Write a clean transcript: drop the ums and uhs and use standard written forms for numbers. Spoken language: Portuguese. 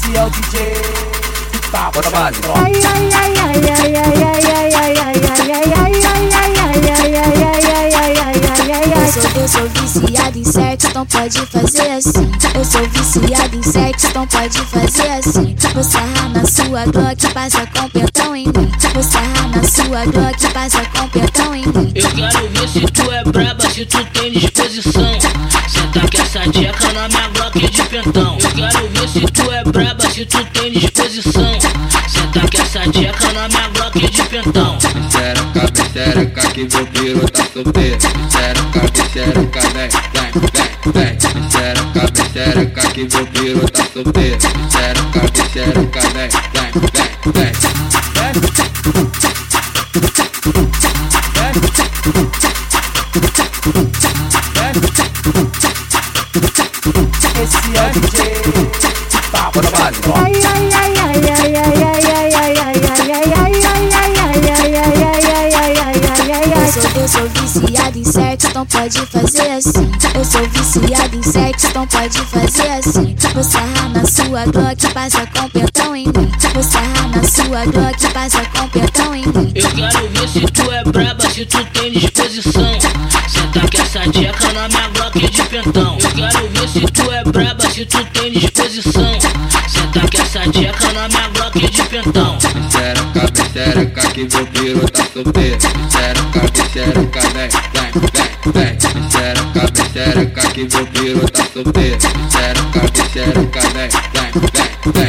Esse é o DJ que tá bota base. Eu sou viciado em sexo, então pode fazer assim. Eu sou viciado em sexo, então pode fazer assim. Vou sarrar na sua Glock, passa com pentão em mim. Vou sarrar na sua Glock, passa com pentão em mim. Eu quero ver se tu é braba, se tu tem disposição. Senta que essa tcheca na minha Glock de pentão. Eu quero ver se tu é braba, se tu tem disposição. Senta que essa tcheca na minha Glock de pentão. Xereca, que meu piru tá solteiro. Xereca, vem. Xereca, que meu piru tá solteiro. Xereca, vem. Esse é o DJ que tá bota base. Eu sou viciado em sexo, então pode fazer assim. Eu sou viciado em sexo, então pode fazer assim. Vou sarrar na sua Glock, passa com pentão em mim. Vou sarrar na sua Glock, passa com pentão em mim. Eu quero ver se tu é braba, se tu tem disposição. Senta que essa tcheca na minha Glock de pentão. Eu quero ver se tu é braba, se tu tem disposição. Senta que essa tcheca na minha Glock de pentão. Xereca, que meu piru tá solteiro. Xereca, vem. Xereca, que meu piru tá solteiro. Xereca, vem.